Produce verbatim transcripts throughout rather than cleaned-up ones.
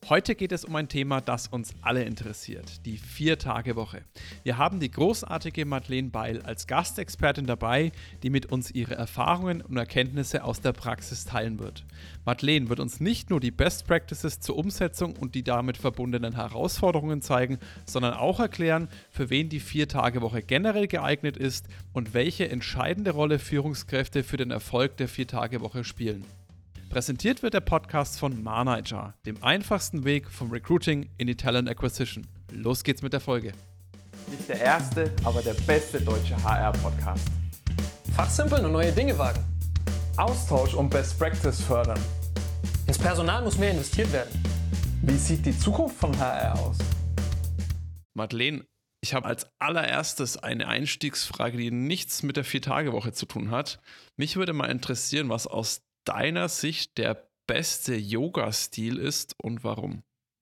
Heute geht es um ein Thema, das uns alle interessiert, die Vier-Tage-Woche. Wir haben die großartige Madeleine Beil als Gastexpertin dabei, die mit uns ihre Erfahrungen und Erkenntnisse aus der Praxis teilen wird. Madeleine wird uns nicht nur die Best Practices zur Umsetzung und die damit verbundenen Herausforderungen zeigen, sondern auch erklären, für wen die Vier-Tage-Woche generell geeignet ist und welche entscheidende Rolle Führungskräfte für den Erfolg der Vier-Tage-Woche spielen. Präsentiert wird der Podcast von Manager, dem einfachsten Weg vom Recruiting in die Talent Acquisition. Los geht's mit der Folge. Nicht der erste, aber der beste deutsche H R-Podcast. Fachsimpeln und neue Dinge wagen. Austausch und Best Practice fördern. Ins Personal muss mehr investiert werden. Wie sieht die Zukunft von H R aus? Madeleine, ich habe als allererstes eine Einstiegsfrage, die nichts mit der Vier-Tage-Woche zu tun hat. Mich würde mal interessieren, was aus deiner Sicht der beste Yoga-Stil ist und warum?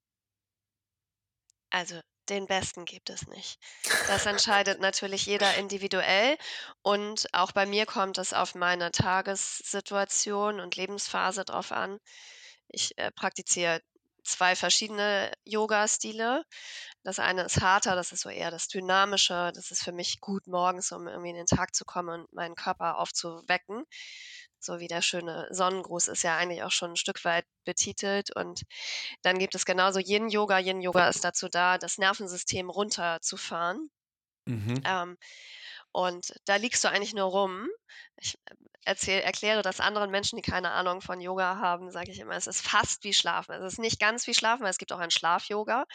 Also, den besten gibt es nicht. Das entscheidet natürlich jeder individuell und auch bei mir kommt es auf meine Tagessituation und Lebensphase drauf an. Ich, äh, praktiziere zwei verschiedene Yoga-Stile. Das eine ist harter, das ist so eher das Dynamische. Das ist für mich gut morgens, um irgendwie in den Tag zu kommen und meinen Körper aufzuwecken. So wie der schöne Sonnengruß ist ja eigentlich auch schon ein Stück weit betitelt. Und dann gibt es genauso Yin-Yoga. Yin-Yoga ist dazu da, das Nervensystem runterzufahren. Mhm. Ähm, und da liegst du eigentlich nur rum. Ich äh, erzähl erkläre das anderen Menschen, die keine Ahnung von Yoga haben, sage ich immer, es ist fast wie Schlafen. Es ist nicht ganz wie Schlafen, weil es gibt auch ein Schlaf-Yoga,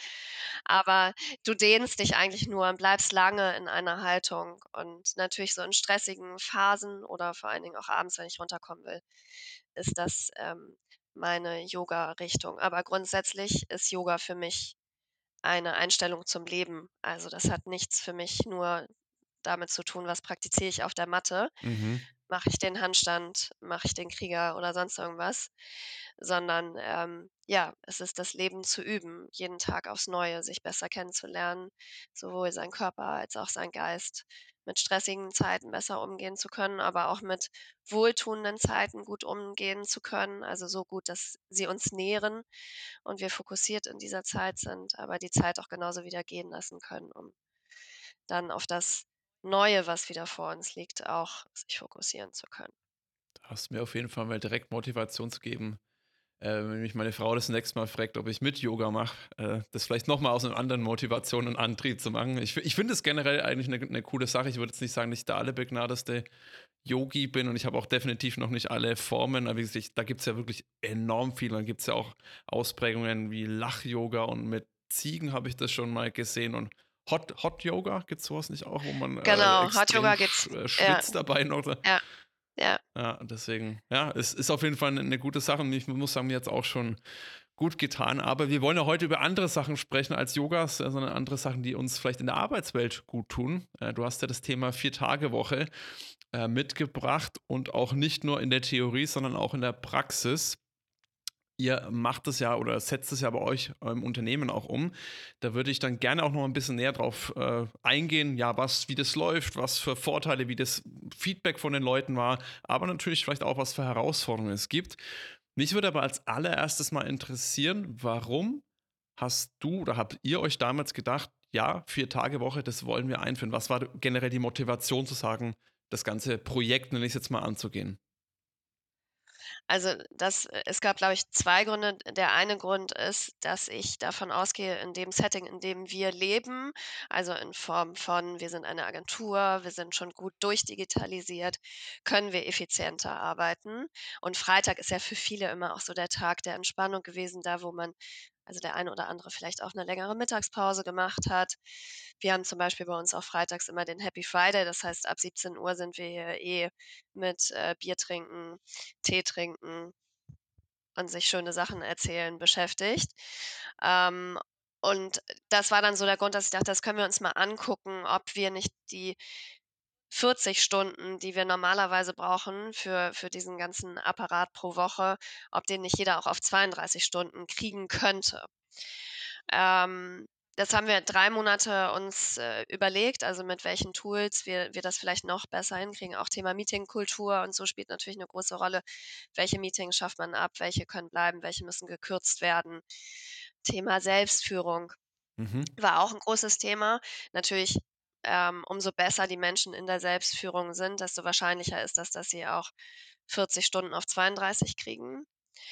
aber du dehnst dich eigentlich nur und bleibst lange in einer Haltung. Und natürlich so in stressigen Phasen oder vor allen Dingen auch abends, wenn ich runterkommen will, ist das, ähm, meine Yoga-Richtung. Aber grundsätzlich ist Yoga für mich eine Einstellung zum Leben. Also, das hat nichts für mich nur damit zu tun, was praktiziere ich auf der Matte. Mhm. Mache ich den Handstand, mache ich den Krieger oder sonst irgendwas, sondern, ähm, ja, es ist das Leben zu üben, jeden Tag aufs Neue sich besser kennenzulernen, sowohl seinen Körper als auch seinen Geist, mit stressigen Zeiten besser umgehen zu können, aber auch mit wohltuenden Zeiten gut umgehen zu können, also so gut, dass sie uns nähren und wir fokussiert in dieser Zeit sind, aber die Zeit auch genauso wieder gehen lassen können, um dann auf das Neue, was wieder vor uns liegt, auch sich fokussieren zu können. Da hast du mir auf jeden Fall mal direkt Motivation zu geben, äh, wenn mich meine Frau das nächste Mal fragt, ob ich mit Yoga mache, äh, das vielleicht nochmal aus einer anderen Motivation und Antrieb zu machen. Ich, ich finde es generell eigentlich eine, eine coole Sache. Ich würde jetzt nicht sagen, dass ich der allerbegnadeste Yogi bin und ich habe auch definitiv noch nicht alle Formen. Aber wie gesagt, ich- da gibt es ja wirklich enorm viel. Dann gibt es ja auch Ausprägungen wie Lach-Yoga und mit Ziegen habe ich das schon mal gesehen und Hot, Hot Yoga, gibt es sowas nicht auch, wo man äh, Genau, Hot extrem Yoga sch gibt's äh, ja, schwitzt dabei noch? ja, ja. Ja, deswegen, ja, es ist auf jeden Fall eine gute Sache und ich muss sagen, mir jetzt auch schon gut getan. Aber wir wollen ja heute über andere Sachen sprechen als Yogas, äh, sondern andere Sachen, die uns vielleicht in der Arbeitswelt gut tun. Äh, du hast ja das Thema Vier-Tage-Woche äh, mitgebracht und auch nicht nur in der Theorie, sondern auch in der Praxis. Ihr macht es ja oder setzt es ja bei euch im Unternehmen auch um. Da würde ich dann gerne auch noch ein bisschen näher drauf äh, eingehen, ja, was, wie das läuft, was für Vorteile, wie das Feedback von den Leuten war, aber natürlich vielleicht auch, was für Herausforderungen es gibt. Mich würde aber als allererstes mal interessieren, warum hast du oder habt ihr euch damals gedacht, ja, vier Tage Woche, das wollen wir einführen? Was war generell die Motivation zu sagen, das ganze Projekt, nenne ich es jetzt mal, anzugehen? Also, das äh, es gab, glaube ich, zwei Gründe. Der eine Grund ist, dass ich davon ausgehe, in dem Setting, in dem wir leben, also in Form von, wir sind eine Agentur, wir sind schon gut durchdigitalisiert, können wir effizienter arbeiten. Und Freitag ist ja für viele immer auch so der Tag der Entspannung gewesen, da wo man also der eine oder andere vielleicht auch eine längere Mittagspause gemacht hat. Wir haben zum Beispiel bei uns auch freitags immer den Happy Friday, das heißt, ab siebzehn Uhr sind wir hier eh mit, äh, Bier trinken, Tee trinken und sich schöne Sachen erzählen beschäftigt. Ähm, und das war dann so der Grund, dass ich dachte, das können wir uns mal angucken, ob wir nicht die vierzig Stunden, die wir normalerweise brauchen für für diesen ganzen Apparat pro Woche, ob den nicht jeder auch auf zweiunddreißig Stunden kriegen könnte. Ähm, das haben wir drei Monate uns, äh, überlegt, also mit welchen Tools wir wir das vielleicht noch besser hinkriegen. Auch Thema Meetingkultur und so spielt natürlich eine große Rolle. Welche Meetings schafft man ab, welche können bleiben, welche müssen gekürzt werden. Thema Selbstführung Mhm. war auch ein großes Thema. Natürlich, ähm, umso besser die Menschen in der Selbstführung sind, desto wahrscheinlicher ist das, dass sie auch vierzig Stunden auf zweiunddreißig kriegen.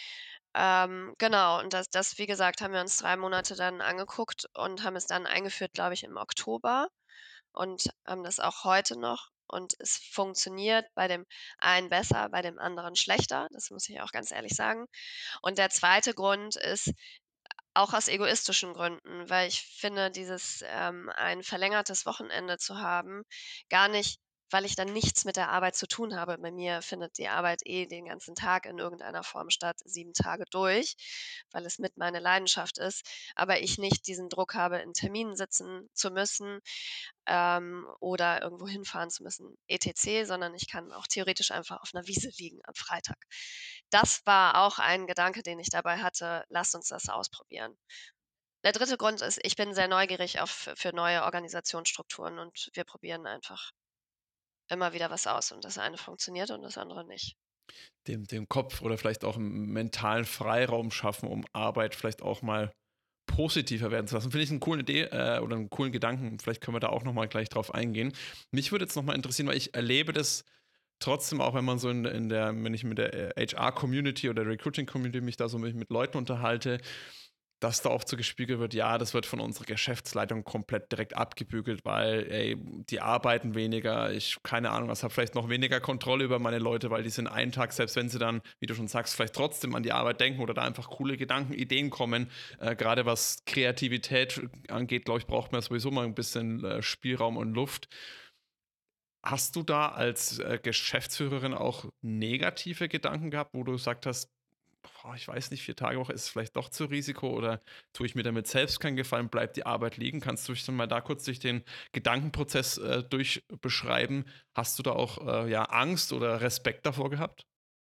Ähm, genau, und das das, wie gesagt, haben wir uns drei Monate dann angeguckt und haben es dann eingeführt, glaube ich, im Oktober und haben das auch heute noch. Und es funktioniert bei dem einen besser, bei dem anderen schlechter. Das muss ich auch ganz ehrlich sagen. Und der zweite Grund ist auch aus egoistischen Gründen, weil ich finde, dieses, ähm, ein verlängertes Wochenende zu haben, gar nicht, weil ich dann nichts mit der Arbeit zu tun habe. Bei mir findet die Arbeit eh den ganzen Tag in irgendeiner Form statt, sieben Tage durch, weil es mit meine Leidenschaft ist, aber ich nicht diesen Druck habe, in Terminen sitzen zu müssen, ähm, oder irgendwo hinfahren zu müssen, et cetera, sondern ich kann auch theoretisch einfach auf einer Wiese liegen am Freitag. Das war auch ein Gedanke, den ich dabei hatte: „Lasst uns das ausprobieren.“ Der dritte Grund ist, ich bin sehr neugierig auf für neue Organisationsstrukturen und wir probieren einfach immer wieder was aus und das eine funktioniert und das andere nicht. Dem dem Kopf oder vielleicht auch 'n mentalen Freiraum schaffen, um Arbeit vielleicht auch mal positiver werden zu lassen. Finde ich 'ne coole Idee, äh, oder 'n coolen Gedanken. Vielleicht können wir da auch noch mal gleich drauf eingehen. Mich würde jetzt noch mal interessieren, weil ich erlebe das trotzdem auch, wenn man so in in der wenn ich mit der, äh, H R-Community oder Recruiting-Community mich da so mit mit Leuten unterhalte, dass da oft so gespiegelt wird, ja, das wird von unserer Geschäftsleitung komplett direkt abgebügelt, weil, ey, die arbeiten weniger, ich, keine Ahnung was, habe vielleicht noch weniger Kontrolle über meine Leute, weil die sind einen Tag, selbst wenn sie dann, wie du schon sagst, vielleicht trotzdem an die Arbeit denken oder da einfach coole Gedanken, Ideen kommen. Äh, gerade was Kreativität angeht, glaube ich, braucht man sowieso mal ein bisschen äh, Spielraum und Luft. Hast du da als äh, Geschäftsführerin auch negative Gedanken gehabt, wo du gesagt hast, boah, ich weiß nicht, vier Tage Woche ist vielleicht doch zu Risiko oder tue ich mir damit selbst keinen Gefallen, bleibt die Arbeit liegen? Kannst du dich dann mal da kurz durch den Gedankenprozess äh, durch beschreiben? Hast du da auch äh, ja, Angst oder Respekt davor gehabt?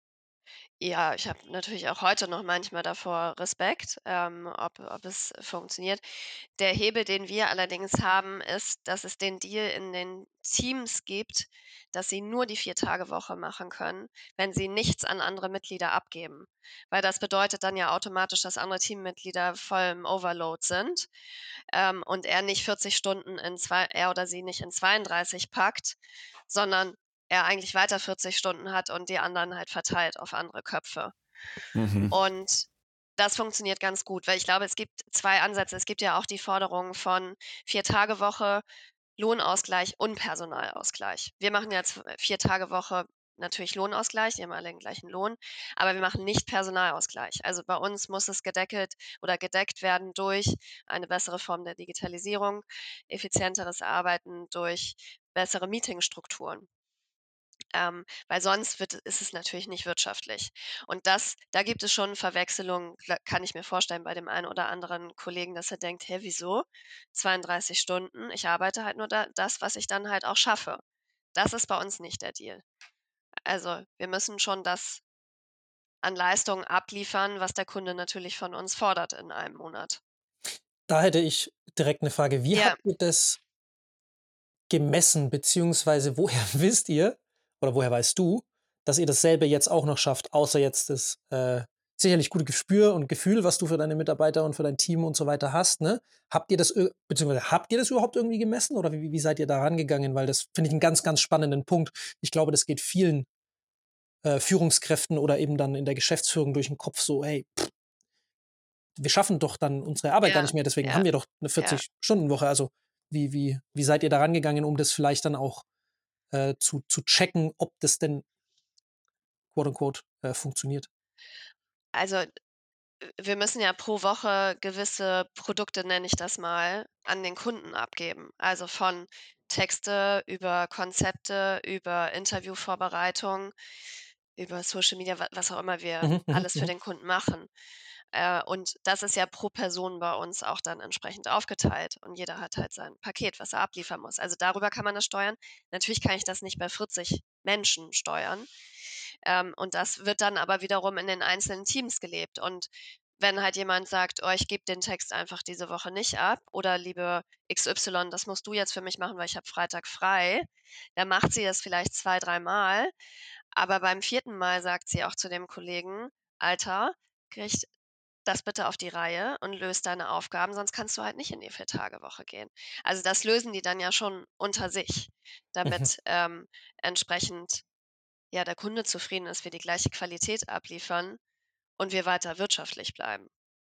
Ja, ich habe natürlich auch heute noch manchmal davor Respekt, ähm, ob ob es funktioniert. Der Hebel, den wir allerdings haben, ist, dass es den Deal in den Teams gibt, dass sie nur die vier-Tage-Woche machen können, wenn sie nichts an andere Mitglieder abgeben. Weil das bedeutet dann ja automatisch, dass andere Teammitglieder voll im Overload sind, ähm, und er nicht vierzig Stunden in zwei er oder sie nicht in zweiunddreißig packt, sondern er eigentlich weiter vierzig Stunden hat und die anderen halt verteilt auf andere Köpfe. Mhm. Und das funktioniert ganz gut, weil ich glaube, es gibt zwei Ansätze. Es gibt ja auch die Forderung von vier-Tage-Woche, Lohnausgleich und Personalausgleich. Wir machen jetzt vier-Tage-Woche, natürlich Lohnausgleich, die haben alle den gleichen Lohn, aber wir machen nicht Personalausgleich. Also, bei uns muss es gedeckelt oder gedeckt werden durch eine bessere Form der Digitalisierung, effizienteres Arbeiten durch bessere Meetingstrukturen. Ähm, weil sonst wird ist es natürlich nicht wirtschaftlich. Und das da gibt es schon Verwechslungen, kla kann ich mir vorstellen bei dem einen oder anderen Kollegen, dass er denkt: „Hä, wieso? zweiunddreißig Stunden, ich arbeite halt nur da das, was ich dann halt auch schaffe.“ Das ist bei uns nicht der Deal. Also, wir müssen schon das an Leistung abliefern, was der Kunde natürlich von uns fordert in einem Monat. Da hätte ich direkt eine Frage. Wie Ja. habt ihr das gemessen, beziehungsweise woher wisst ihr oder woher weißt du, dass ihr dasselbe jetzt auch noch schafft, außer jetzt das, äh, sicherlich gute Gespür und Gefühl, was du für deine Mitarbeiter und für dein Team und so weiter hast, ne? Habt ihr das ir beziehungsweise habt ihr das überhaupt irgendwie gemessen oder wie wie seid ihr da rangegangen? Weil das finde ich einen ganz, ganz spannenden Punkt. Ich glaube, das geht vielen, äh, Führungskräften oder eben dann in der Geschäftsführung durch den Kopf so: „Hey, wir schaffen doch dann unsere Arbeit gar Ja, nicht mehr, deswegen ja, haben wir doch eine ja. vierzig-Stunden-Woche.“ Also, wie wie wie seid ihr da rangegangen, um das vielleicht dann auch äh, zu zu checken, ob das denn quote unquote, äh, funktioniert. Also, äh, wir müssen ja pro Woche gewisse Produkte, nenne ich das mal, an den Kunden abgeben. Also, von Texte über Konzepte, über Interviewvorbereitung, über Social Media, wa was auch immer wir Mhm, mhm, alles für mhm. den Kunden machen. Äh, und das ist ja pro Person bei uns auch dann entsprechend aufgeteilt und jeder hat halt sein Paket, was er abliefern muss. Also, darüber kann man das steuern. Natürlich kann ich das nicht bei vierzig Menschen steuern. Ähm, und das wird dann aber wiederum in den einzelnen Teams gelebt. Und wenn halt jemand sagt: „Oh, ich gebe den Text einfach diese Woche nicht ab“ oder „Liebe X Y, das musst du jetzt für mich machen, weil ich habe Freitag frei“, dann macht sie das vielleicht zwei, dreimal, aber beim vierten Mal sagt sie auch zu dem Kollegen: „Alter, kriegt das bitte auf die Reihe und löse deine Aufgaben, sonst kannst du halt nicht in die Vier-Tage-Woche gehen. Also, das lösen die dann ja schon unter sich, Mhm. damit, ähm, entsprechend, ja, der Kunde zufrieden ist, wir die gleiche Qualität abliefern und wir weiter wirtschaftlich bleiben.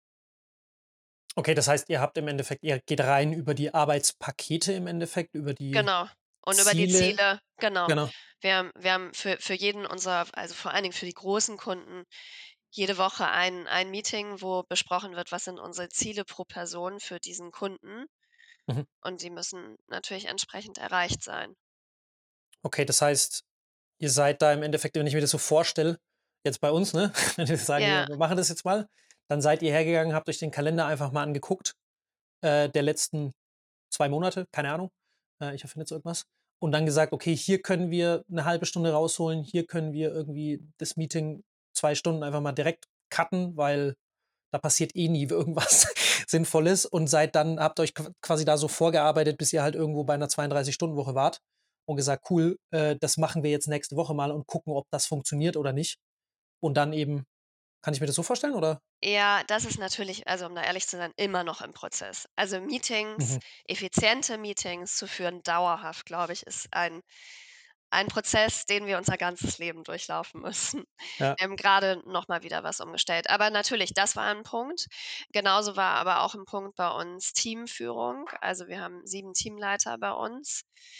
Okay, das heißt, ihr habt im Endeffekt ihr geht rein über die Arbeitspakete im Endeffekt, über die Genau. Und über die Ziele. Ziele genau. Genau. Wir haben wir haben für für jeden unserer also, vor allen Dingen für die großen Kunden jede Woche ein ein Meeting, wo besprochen wird, was sind unsere Ziele pro Person für diesen Kunden Mhm. und die müssen natürlich entsprechend erreicht sein. Okay, das heißt, ihr seid da im Endeffekt, wenn ich mir das so vorstelle, jetzt bei uns, ne, wenn wir sagen: Ja, „Wir wir machen das jetzt mal“, dann seid ihr hergegangen, habt euch den Kalender einfach mal angeguckt, äh, der letzten zwei Monate, keine Ahnung. Äh, ich erfinde jetzt irgendwas. Und dann gesagt: „Okay, hier können wir eine halbe Stunde rausholen, hier können wir irgendwie das Meeting zwei Stunden einfach mal direkt cutten, weil da passiert eh nie irgendwas Sinnvolles“, und seid dann habt euch qu quasi da so vorgearbeitet, bis ihr halt irgendwo bei 'ner zweiunddreißig-Stunden-Woche wart und gesagt: „Cool, äh, das machen wir jetzt nächste Woche mal und gucken, ob das funktioniert oder nicht.“ Und dann eben kann ich mir das so vorstellen, oder? ja, das ist natürlich also, um da ehrlich zu sein, immer noch im Prozess. Also, Meetings Mhm. effiziente Meetings zu führen, dauerhaft, glaube ich, ist ein ein Prozess, den wir unser ganzes Leben durchlaufen müssen. Ja. Wir haben grade noch mal wieder was umgestellt. Aber natürlich, das war ein Punkt. Genauso war aber auch 'n Punkt bei uns Teamführung. Also, wir haben sieben Teamleiter bei uns,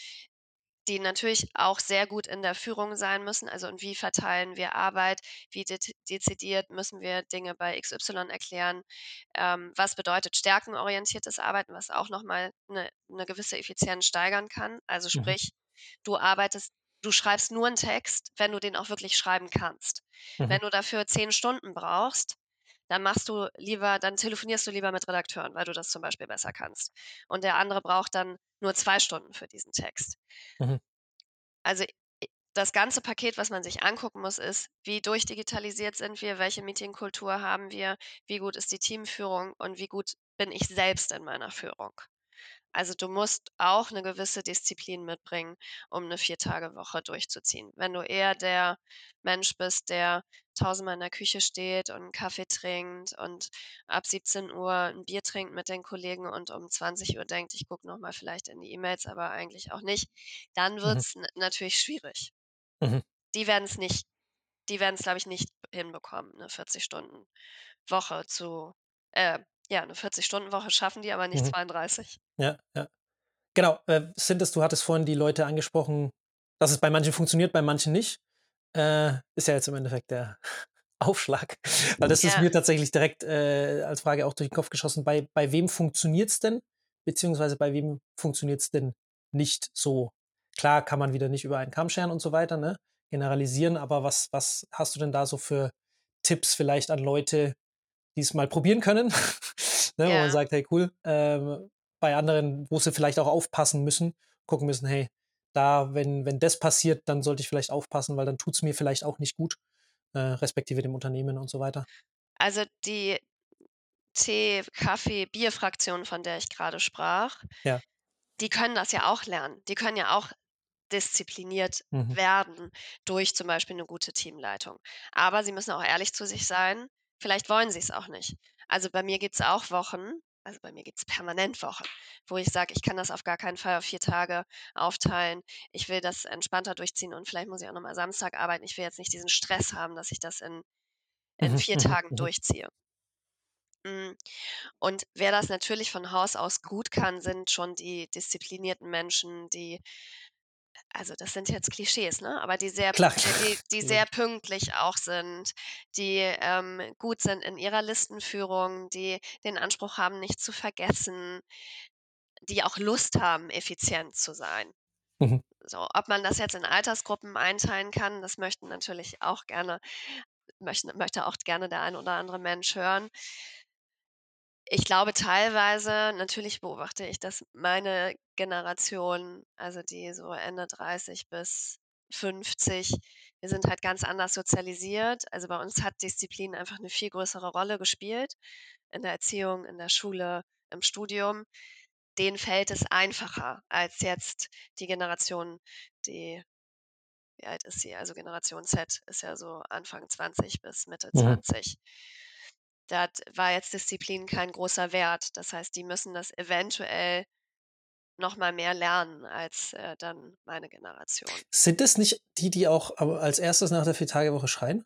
die natürlich auch sehr gut in der Führung sein müssen. Also, und wie verteilen wir Arbeit? Wie det dezidiert müssen wir Dinge bei X Y erklären? Ähm, was bedeutet stärkenorientiertes Arbeiten, was auch noch mal 'ne 'ne gewisse Effizienz steigern kann? Also, Mhm. sprich, du arbeitest du schreibst nur 'n Text, wenn du den auch wirklich schreiben kannst. Mhm. Wenn du dafür zehn Stunden brauchst, dann machst du lieber dann telefonierst du lieber mit Redakteuren, weil du das zum Beispiel besser kannst. Und der andere braucht dann nur zwei Stunden für diesen Text. Mhm. Also, i das ganze Paket, was man sich angucken muss, ist: Wie durchdigitalisiert sind wir? Welche Meetingkultur haben wir? Wie gut ist die Teamführung und wie gut bin ich selbst in meiner Führung? Also, du musst auch 'ne gewisse Disziplin mitbringen, um 'ne Vier-Tage-Woche durchzuziehen. Wenn du eher der Mensch bist, der tausendmal in der Küche steht und 'n Kaffee trinkt und ab siebzehn Uhr 'n Bier trinkt mit den Kollegen und um zwanzig Uhr denkt: „Ich gucke noch mal vielleicht in die E-Mails, aber eigentlich auch nicht“, dann Mhm. wird's n natürlich schwierig. Mhm. Die werden's nicht die werden's, glaube ich, nicht hinbekommen, 'ne vierzig-Stunden-Woche zu äh, ja, 'ne vierzig-Stunden-Woche schaffen die, aber nicht Mhm. zweiunddreißig. Ja, ja. Genau, äh, sind es du hattest vorhin die Leute angesprochen, dass es bei manchen funktioniert, bei manchen nicht. Äh, ist ja jetzt im Endeffekt der Aufschlag, weil das ist Ja. mir tatsächlich direkt, äh, als Frage auch durch den Kopf geschossen. Bei bei wem funktioniert's denn, beziehungsweise bei wem funktioniert's denn nicht so? Klar kann man wieder nicht über einen Kamm scheren und so weiter, ne, generalisieren, aber was was hast du denn da so für Tipps vielleicht an Leute, die's mal probieren können, ne, wo man Ja. sagt: „Hey cool“, ähm, bei anderen, wo sie vielleicht auch aufpassen müssen, gucken müssen: „Hey, da wenn wenn das passiert, dann sollte ich vielleicht aufpassen, weil dann tut's mir vielleicht auch nicht gut, äh, respektive dem Unternehmen“ und so weiter? Also, die Tee, Kaffee, Bier-Fraktion, von der ich grade sprach, Ja. die können das ja auch lernen. Die können ja auch diszipliniert Mhm. werden durch zum Beispiel 'ne gute Teamleitung. Aber sie müssen auch ehrlich zu sich sein, vielleicht wollen sie's auch nicht. Also, bei mir gibt's auch Wochen also, bei mir gibt's permanent Wochen, wo ich sage: „Ich kann das auf gar keinen Fall auf vier Tage aufteilen. Ich will das entspannter durchziehen und vielleicht muss ich auch noch mal Samstag arbeiten. Ich will jetzt nicht diesen Stress haben, dass ich das in in Mhm, vier mhm, Tagen mhm. durchziehe.“ Hm, und wer das natürlich von Haus aus gut kann, sind schon die disziplinierten Menschen, die also, das sind jetzt Klischees, ne, aber die sehr Klar, äh, die die sehr logisch. pünktlich auch sind, die, ähm, gut sind in ihrer Listenführung, die den Anspruch haben, nicht zu vergessen, die auch Lust haben, effizient zu sein. Mhm. So, ob man das jetzt in Altersgruppen einteilen kann, das möchten natürlich auch gerne möchten möchte auch gerne der ein oder andere Mensch hören. Ich glaube teilweise natürlich beobachte ich, dass meine Generation, also die so Ende dreißig bis fünfzig, wir sind halt ganz anders sozialisiert. Also, bei uns hat Disziplin einfach 'ne viel größere Rolle gespielt in der Erziehung, in der Schule, im Studium. Denen fällt es einfacher als jetzt die Generation, die wie alt ist sie? Also, Generation Z ist ja so Anfang zwanzig bis Mitte Mhm. zwanzig. da war jetzt Disziplin kein großer Wert. Das heißt, die müssen das eventuell noch mal mehr lernen als, äh, dann meine Generation. Sind es nicht die, die auch aber als erstes nach der Vier-Tage-Woche schreien?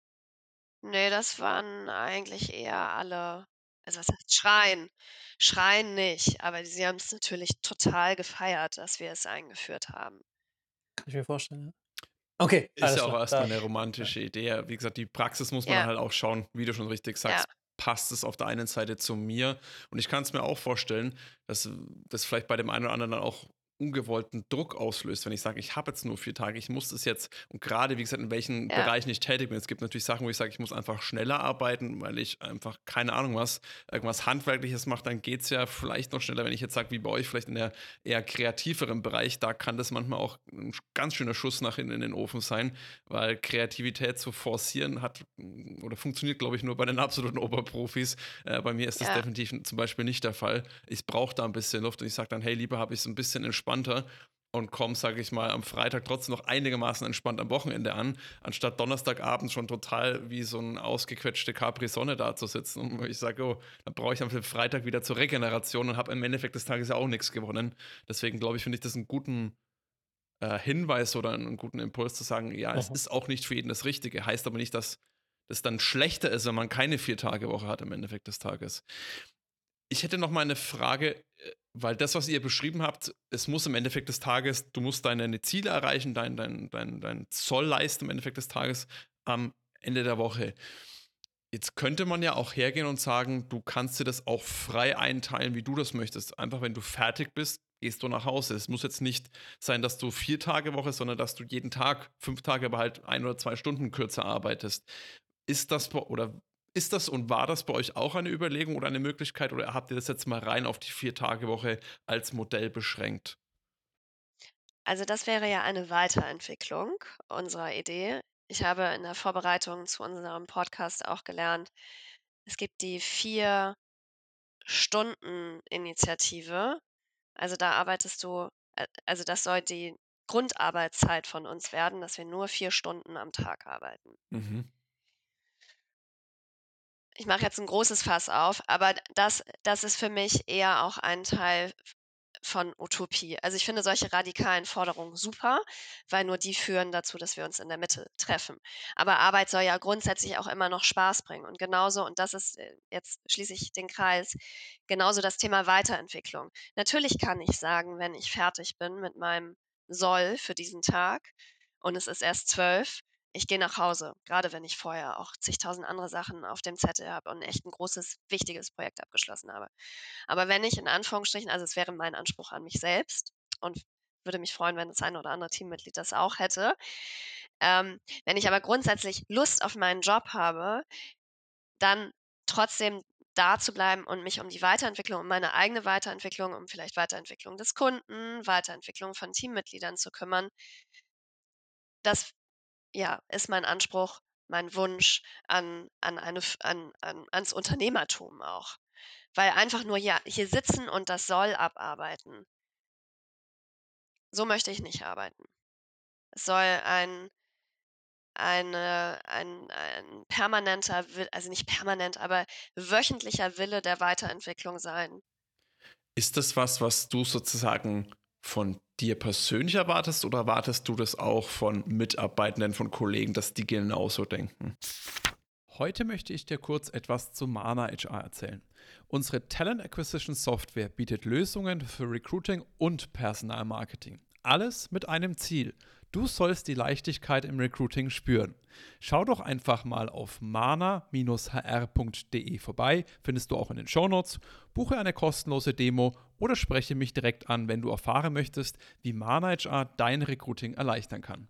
Ne, das waren eigentlich eher alle, also was heißt schreien? Schreien nicht, aber sie haben's natürlich total gefeiert, dass wir es eingeführt haben. Kann ich mir vorstellen, ja. Okay, Ist alles ja auch klar. erstmal Da 'ne ja. romantische Idee. Wie gesagt, die Praxis muss man dann Ja, halt auch schauen, wie du schon richtig ja, sagst, passt es auf der einen Seite zu mir? Und ich kann's mir auch vorstellen, dass das vielleicht bei dem einen oder anderen dann auch ungewollten Druck auslöst, wenn ich sage: „Ich habe jetzt nur vier Tage, ich muss das jetzt“, und grade, wie gesagt, in welchen ja, Bereichen ich tätig bin. Es gibt natürlich Sachen, wo ich sage, ich muss einfach schneller arbeiten, weil ich einfach, keine Ahnung was, irgendwas Handwerkliches mache, dann geht's ja vielleicht noch schneller. Wenn ich jetzt sage, wie bei euch, vielleicht in der eher kreativeren Bereich, da kann das manchmal auch 'n ganz schöner Schuss nach hinten in den Ofen sein, weil Kreativität zu forcieren hat mm, oder funktioniert, glaube ich, nur bei den absoluten Oberprofis. Äh, bei mir ist das ja, definitiv zum Beispiel nicht der Fall. Ich brauche da ein bisschen Luft und ich sage dann, hey, lieber habe ich es ein bisschen entspannter und komme, sage ich mal, am Freitag trotzdem noch einigermaßen entspannt am Wochenende an, anstatt Donnerstagabend schon total wie so ein ausgequetschte Capri-Sonne da zu sitzen. Und ich sage, oh, dann brauche ich am Freitag wieder zur Regeneration und habe im Endeffekt des Tages ja auch nichts gewonnen. Deswegen glaube ich, finde ich das einen guten äh, Hinweis oder einen guten Impuls zu sagen, ja, es Mhm. ist auch nicht für jeden das Richtige. Heißt aber nicht, dass das dann schlechter ist, wenn man keine Vier-Tage-Woche hat im Endeffekt des Tages. Ich hätte noch mal eine Frage, äh, weil das, was ihr beschrieben habt, es muss im Endeffekt des Tages, du musst deine Ziele erreichen, dein, dein, dein, dein Zoll leisten im Endeffekt des Tages am Ende der Woche. Jetzt könnte man ja auch hergehen und sagen, du kannst dir das auch frei einteilen, wie du das möchtest. Einfach, wenn du fertig bist, gehst du nach Hause. Es muss jetzt nicht sein, dass du vier Tage Woche, sondern dass du jeden Tag fünf Tage, aber halt ein oder zwei Stunden kürzer arbeitest. Ist das bei, oder ist das und war das bei euch auch eine Überlegung oder eine Möglichkeit oder habt ihr das jetzt mal rein auf die vier Tage Woche als Modell beschränkt? also das wäre ja eine Weiterentwicklung unserer Idee. Ich habe in der Vorbereitung zu unserem Podcast auch gelernt, es gibt die Vier-Stunden-Initiative. Also, da arbeitest du äh, also das soll die Grundarbeitszeit von uns werden, dass wir nur vier Stunden am Tag arbeiten. Mhm. Ich mache jetzt ein großes Fass auf, aber das das ist für mich eher auch ein Teil von Utopie. Also, ich finde solche radikalen Forderungen super, weil nur die führen dazu, dass wir uns in der Mitte treffen. Aber Arbeit soll ja grundsätzlich auch immer noch Spaß bringen und genauso, und das ist, äh, jetzt schließe ich den Kreis, genauso das Thema Weiterentwicklung. Natürlich kann ich sagen, wenn ich fertig bin mit meinem Soll für diesen Tag und es ist erst zwölf, ich gehe nach Hause, gerade wenn ich vorher auch zigtausend andere Sachen auf dem Zettel habe und echt ein großes, wichtiges Projekt abgeschlossen habe. Aber wenn ich in Anführungsstrichen, also, es wäre mein Anspruch an mich selbst und würde mich freuen, wenn das eine oder andere Teammitglied das auch hätte. Ähm, wenn ich aber grundsätzlich Lust auf meinen Job habe, dann trotzdem da zu bleiben und mich um die Weiterentwicklung, um meine eigene Weiterentwicklung, um vielleicht Weiterentwicklung des Kunden, Weiterentwicklung von Teammitgliedern zu kümmern. Das, ja, ist mein Anspruch, mein Wunsch an an eine F an an ans Unternehmertum auch. Weil einfach nur hier hier sitzen und das Soll abarbeiten, so möchte ich nicht arbeiten. Es soll ein eine ein ein permanenter Wi also nicht permanent, aber wöchentlicher Wille der Weiterentwicklung sein. Ist das was, was du sozusagen von dir persönlich erwartest oder erwartest du das auch von Mitarbeitenden, von Kollegen, dass die genauso denken? Heute möchte ich dir kurz etwas zu Mana H R erzählen. Unsere Talent Acquisition Software bietet Lösungen für Recruiting und Personalmarketing. Alles mit einem Ziel. Du sollst die Leichtigkeit im Recruiting spüren. Schau doch einfach mal auf mana Bindestrich h r punkt d e vorbei, findest du auch in den Shownotes. Buche eine kostenlose Demo oder spreche mich direkt an, wenn du erfahren möchtest, wie Mana H R dein Recruiting erleichtern kann.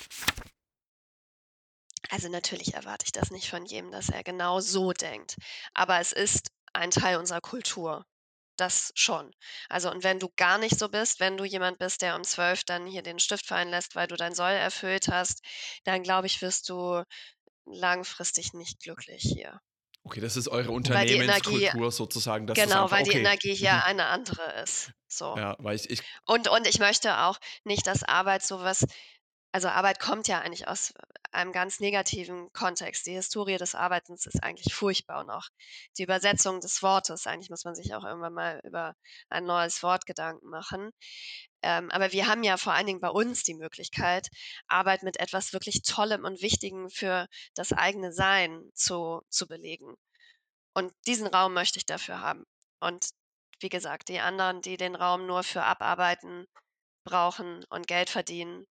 Also, natürlich erwarte ich das nicht von jedem, dass er genau so denkt, aber es ist ein Teil unserer Kultur. Das schon. Also, und wenn du gar nicht so bist, wenn du jemand bist, der um zwölf dann hier den Stift fallen lässt, weil du dein Soll erfüllt hast, dann glaube ich, wirst du langfristig nicht glücklich hier. Okay, das ist eure Weil die Energie Unternehmenskultur sozusagen, dass das genau, einfach weil die okay. Energie hier Mhm. eine andere ist, so. Ja, weil ich ich Und und ich möchte auch nicht, dass Arbeit so was Also, Arbeit kommt ja eigentlich aus einem ganz negativen Kontext. Die Historie des Arbeitens ist eigentlich furchtbar und auch die Übersetzung des Wortes. Eigentlich muss man sich auch irgendwann mal über ein neues Wort Gedanken machen. Ähm, aber wir haben ja vor allen Dingen bei uns die Möglichkeit, Arbeit mit etwas wirklich Tollem und Wichtigem für das eigene Sein zu zu belegen. Und diesen Raum möchte ich dafür haben. Und wie gesagt, die anderen, die den Raum nur für Abarbeiten brauchen und Geld verdienen,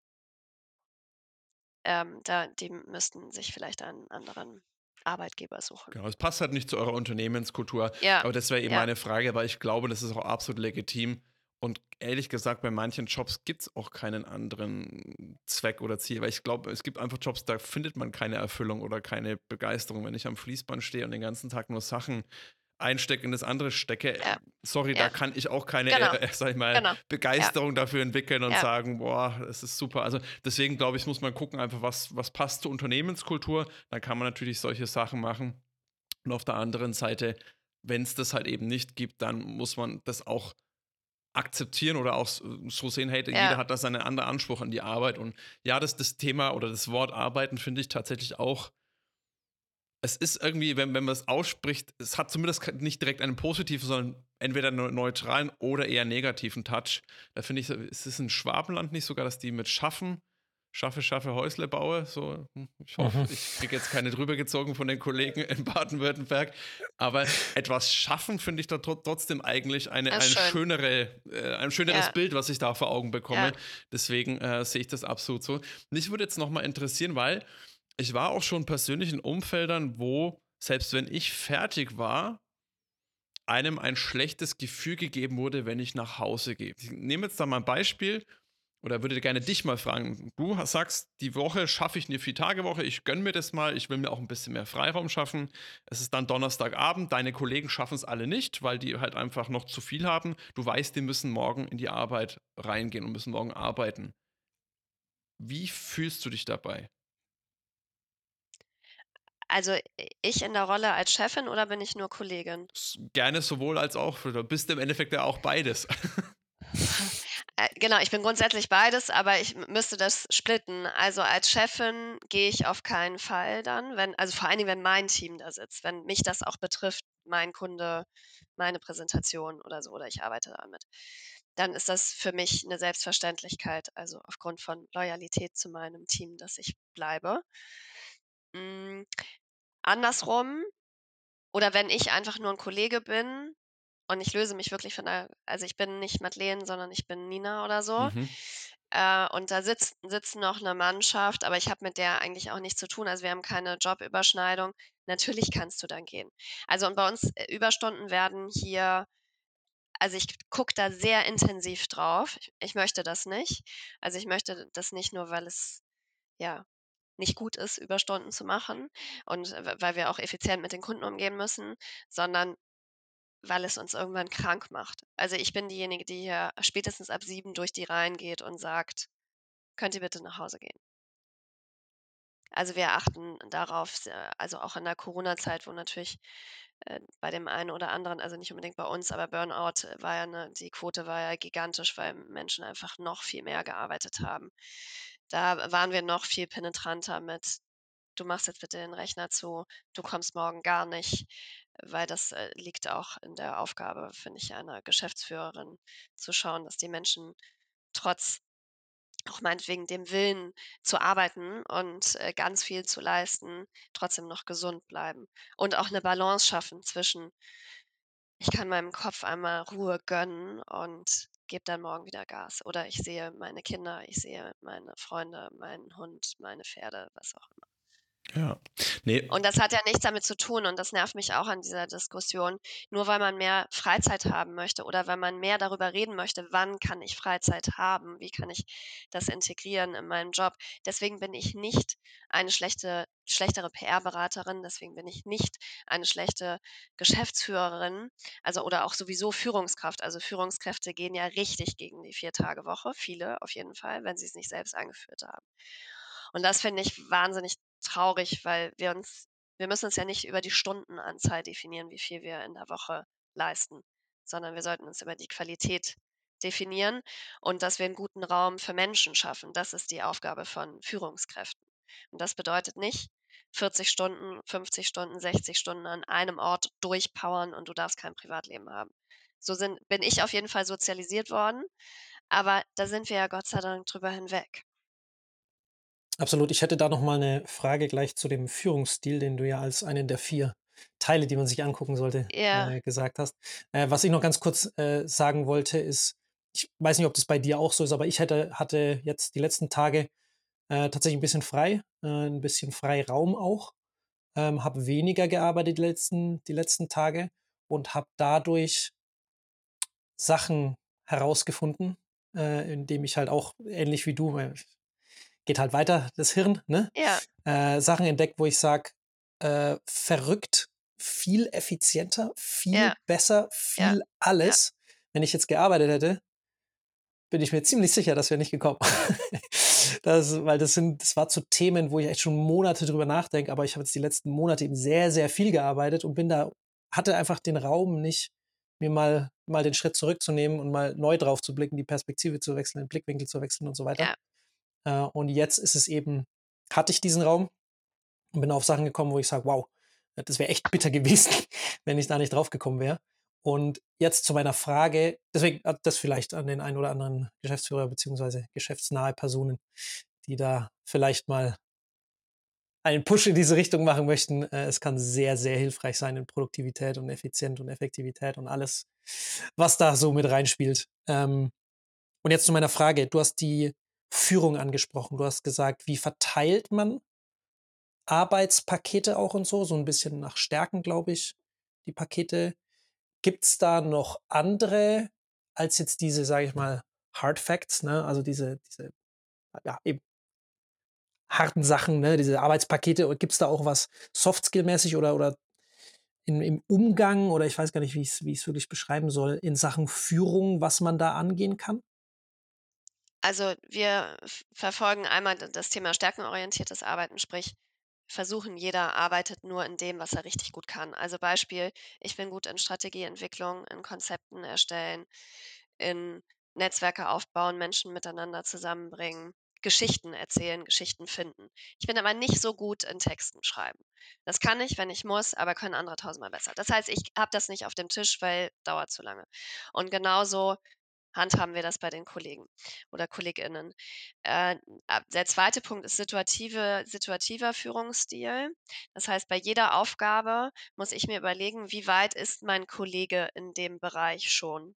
ähm, da die müssten sich vielleicht einen anderen Arbeitgeber suchen. Genau, es passt halt nicht zu eurer Unternehmenskultur. Ja, Aber das wäre eben ja, meine Frage, weil ich glaube, das ist auch absolut legitim. Und ehrlich gesagt, bei manchen Jobs gibt es auch keinen anderen Zweck oder Ziel. Weil ich glaube, es gibt einfach Jobs, da findet man keine Erfüllung oder keine Begeisterung. Wenn ich am Fließband stehe und den ganzen Tag nur Sachen einstecke und das andere stecke, ja, sorry, da ja, kann ich auch keine, genau, äh, sag ich mal, genau. Ja, Begeisterung dafür entwickeln und ja, sagen, boah, es ist super. Also deswegen glaube ich, muss man gucken, einfach was, was passt zur Unternehmenskultur. Dann kann man natürlich solche Sachen machen. Und auf der anderen Seite, wenn es das halt eben nicht gibt, dann muss man das auch akzeptieren oder auch s so sehen, hey, jeder ja, hat da seinen anderen Anspruch an die Arbeit. Und ja, das das Thema oder das Wort Arbeiten finde ich tatsächlich auch, es ist irgendwie, wenn wenn man es ausspricht, es hat zumindest k nicht direkt einen positiven, sondern entweder einen neutralen oder eher negativen Touch. Da finde ich, es ist in Schwabenland nicht sogar, dass die mit Schaffen schaffe, schaffe, Häusle baue, so, hm, ich hoffe, Mhm. ich kriege jetzt keine drüber gezogen von den Kollegen in Baden-Württemberg, aber etwas schaffen finde ich da tro trotzdem eigentlich eine ist ein schön. schönere äh, ein schöneres Ja, Bild, was ich da vor Augen ja, bekomme. Deswegen, äh, sehe ich das absolut so. Mich würde jetzt noch mal interessieren, weil ich war auch schon persönlich in Umfeldern, wo, selbst wenn ich fertig war, einem ein schlechtes Gefühl gegeben wurde, wenn ich nach Hause gehe. Ich nehme jetzt da mal ein Beispiel oder würde gerne dich mal fragen. Du ha- sagst, die Woche schaffe ich eine Vier-Tage-Woche, ich gönne mir das mal, ich will mir auch ein bisschen mehr Freiraum schaffen. Es ist dann Donnerstagabend, deine Kollegen schaffen es alle nicht, weil die halt einfach noch zu viel haben. Du weißt, die müssen morgen in die Arbeit reingehen und müssen morgen arbeiten. Wie fühlst du dich dabei? also, i ich in der Rolle als Chefin oder bin ich nur Kollegin? S Gerne sowohl als auch. Du bist im Endeffekt ja auch beides. Äh, genau, ich bin grundsätzlich beides, aber ich m müsste das splitten. Also, als Chefin gehe ich auf keinen Fall dann, wenn also, vor allen Dingen, wenn mein Team da sitzt, wenn mich das auch betrifft, mein Kunde, meine Präsentation oder so oder ich arbeite damit. Dann ist das für mich eine Selbstverständlichkeit, also, aufgrund von Loyalität zu meinem Team, dass ich bleibe. Hm, andersrum oder wenn ich einfach nur 'n Kollege bin und ich löse mich wirklich von der also, ich bin nicht Madeleine, sondern ich bin Nina oder so. Mhm. Äh, und da sitzt sitzt noch 'ne Mannschaft, aber ich habe mit der eigentlich auch nichts zu tun. Also, wir haben keine Jobüberschneidung. Natürlich kannst du dann gehen. Also, und bei uns, äh, Überstunden werden hier also, ich gucke da sehr intensiv drauf. Ich ich möchte das nicht. Also, ich möchte das nicht nur, weil es, ja, nicht gut ist, Überstunden zu machen und w weil wir auch effizient mit den Kunden umgehen müssen, sondern weil es uns irgendwann krank macht. Also, ich bin diejenige, die hier spätestens ab sieben durch die Reihen geht und sagt: „Könnt ihr bitte nach Hause gehen?“ Also, wir achten darauf sehr also, auch in der Corona-Zeit, wo natürlich, äh, bei dem einen oder anderen also, nicht unbedingt bei uns, aber Burnout äh, war ja 'ne die Quote war ja gigantisch, weil Menschen einfach noch viel mehr gearbeitet haben. Da waren wir noch viel penetranter mit: „Du machst jetzt bitte den Rechner zu, du kommst morgen gar nicht“, weil das, äh, liegt auch in der Aufgabe, finde ich, einer Geschäftsführerin, zu schauen, dass die Menschen trotz auch meinetwegen dem Willen zu arbeiten und, äh, ganz viel zu leisten, trotzdem noch gesund bleiben und auch 'ne Balance schaffen zwischen: „Ich kann meinem Kopf einmal Ruhe gönnen und gebe dann morgen wieder Gas.“ Oder ich sehe meine Kinder, ich sehe meine Freunde, meinen Hund, meine Pferde, was auch immer. Ja. Ne, Und das hat ja nichts damit zu tun und das nervt mich auch an dieser Diskussion. Nur weil man mehr Freizeit haben möchte oder weil man mehr darüber reden möchte: „Wann kann ich Freizeit haben? Wie kann ich das integrieren in meinen Job?“ Deswegen bin ich nicht eine schlechte schlechtere P R-Beraterin, deswegen bin ich nicht eine schlechte Geschäftsführerin, also oder auch sowieso Führungskraft. Also, Führungskräfte gehen ja richtig gegen die Vier-Tage-Woche, viele auf jeden Fall, wenn sie's nicht selbst eingeführt haben. Und das finde ich wahnsinnig traurig, weil wir uns wir müssen uns ja nicht über die Stundenanzahl definieren, wie viel wir in der Woche leisten, sondern wir sollten uns über die Qualität definieren und dass wir einen guten Raum für Menschen schaffen. Das ist die Aufgabe von Führungskräften. Und das bedeutet nicht vierzig Stunden, fünfzig Stunden, sechzig Stunden an einem Ort durchpowern und du darfst kein Privatleben haben. So sind bin ich auf jeden Fall sozialisiert worden, aber da sind wir ja Gott sei Dank drüber hinweg. Absolut. Ich hätte da noch mal 'ne Frage gleich zu dem Führungsstil, den du ja als einen der vier Teile, die man sich angucken sollte, Ja, äh, gesagt hast. Äh, was ich noch ganz kurz, äh, sagen wollte, ist, ich weiß nicht, ob das bei dir auch so ist, aber ich hätte hatte jetzt die letzten Tage, äh, tatsächlich 'n bisschen frei, äh, 'n bisschen Freiraum auch, ähm, habe weniger gearbeitet die letzten die letzten Tage und habe dadurch Sachen herausgefunden, äh, indem ich halt auch ähnlich wie du, weil geht halt weiter, das Hirn, ne? ja, Äh, Sachen entdeckt, wo ich sage, äh, verrückt, viel effizienter, viel ja, besser, ja, viel ja, alles. Wenn ich jetzt gearbeitet hätte, bin ich mir ziemlich sicher, das wäre nicht gekommen. Das, weil das sind, das war zu Themen, wo ich echt schon Monate drüber nachdenke, aber ich habe jetzt die letzten Monate eben sehr, sehr viel gearbeitet und bin da, hatte einfach den Raum nicht, mir mal, mal den Schritt zurückzunehmen und mal neu drauf zu blicken, die Perspektive zu wechseln, den Blickwinkel zu wechseln und so weiter. ja. Äh, und jetzt ist es eben, hatte ich diesen Raum und bin auf Sachen gekommen, wo ich sage: „Wow, äh, das wäre echt bitter gewesen, wenn ich da nicht drauf gekommen wäre.“ Und jetzt zu meiner Frage, deswegen hat das vielleicht an den einen oder anderen Geschäftsführer beziehungsweise geschäftsnahe Personen, die da vielleicht mal einen Push in diese Richtung machen möchten. Äh, es kann sehr, sehr hilfreich sein in Produktivität und Effizienz und Effektivität und alles, was da so mit reinspielt. Ähm, und jetzt zu meiner Frage. Du hast die Führung angesprochen. Du hast gesagt, wie verteilt man Arbeitspakete auch und so, so ein bisschen nach Stärken, glaube ich, die Pakete. Gibt's da noch andere als jetzt diese, sage ich mal, Hard Facts, ne? Also diese diese, ja, eben harten Sachen, ne, diese Arbeitspakete. Und gibt's da auch was Soft-Skill-mäßig oder oder in im Umgang oder ich weiß gar nicht, wie ich's wie ich's wirklich beschreiben soll, in Sachen Führung, was man da angehen kann? Also, wir v verfolgen einmal d das Thema stärkenorientiertes Arbeiten, sprich, versuchen, jeder arbeitet nur in dem, was er richtig gut kann. Also, Beispiel, ich bin gut in Strategieentwicklung, in Konzepten erstellen, in Netzwerke aufbauen, Menschen miteinander zusammenbringen, Geschichten erzählen, Geschichten finden. Ich bin aber nicht so gut in Texten schreiben. Das kann ich, wenn ich muss, aber können andere tausendmal besser. Das heißt, ich habe das nicht auf dem Tisch, weil dauert zu lange. Und genauso handhaben wir das bei den Kollegen oder KollegInnen. Äh, ab der zweite Punkt ist situative situativer Führungsstil. Das heißt, bei jeder Aufgabe muss ich mir überlegen, wie weit ist mein Kollege in dem Bereich schon?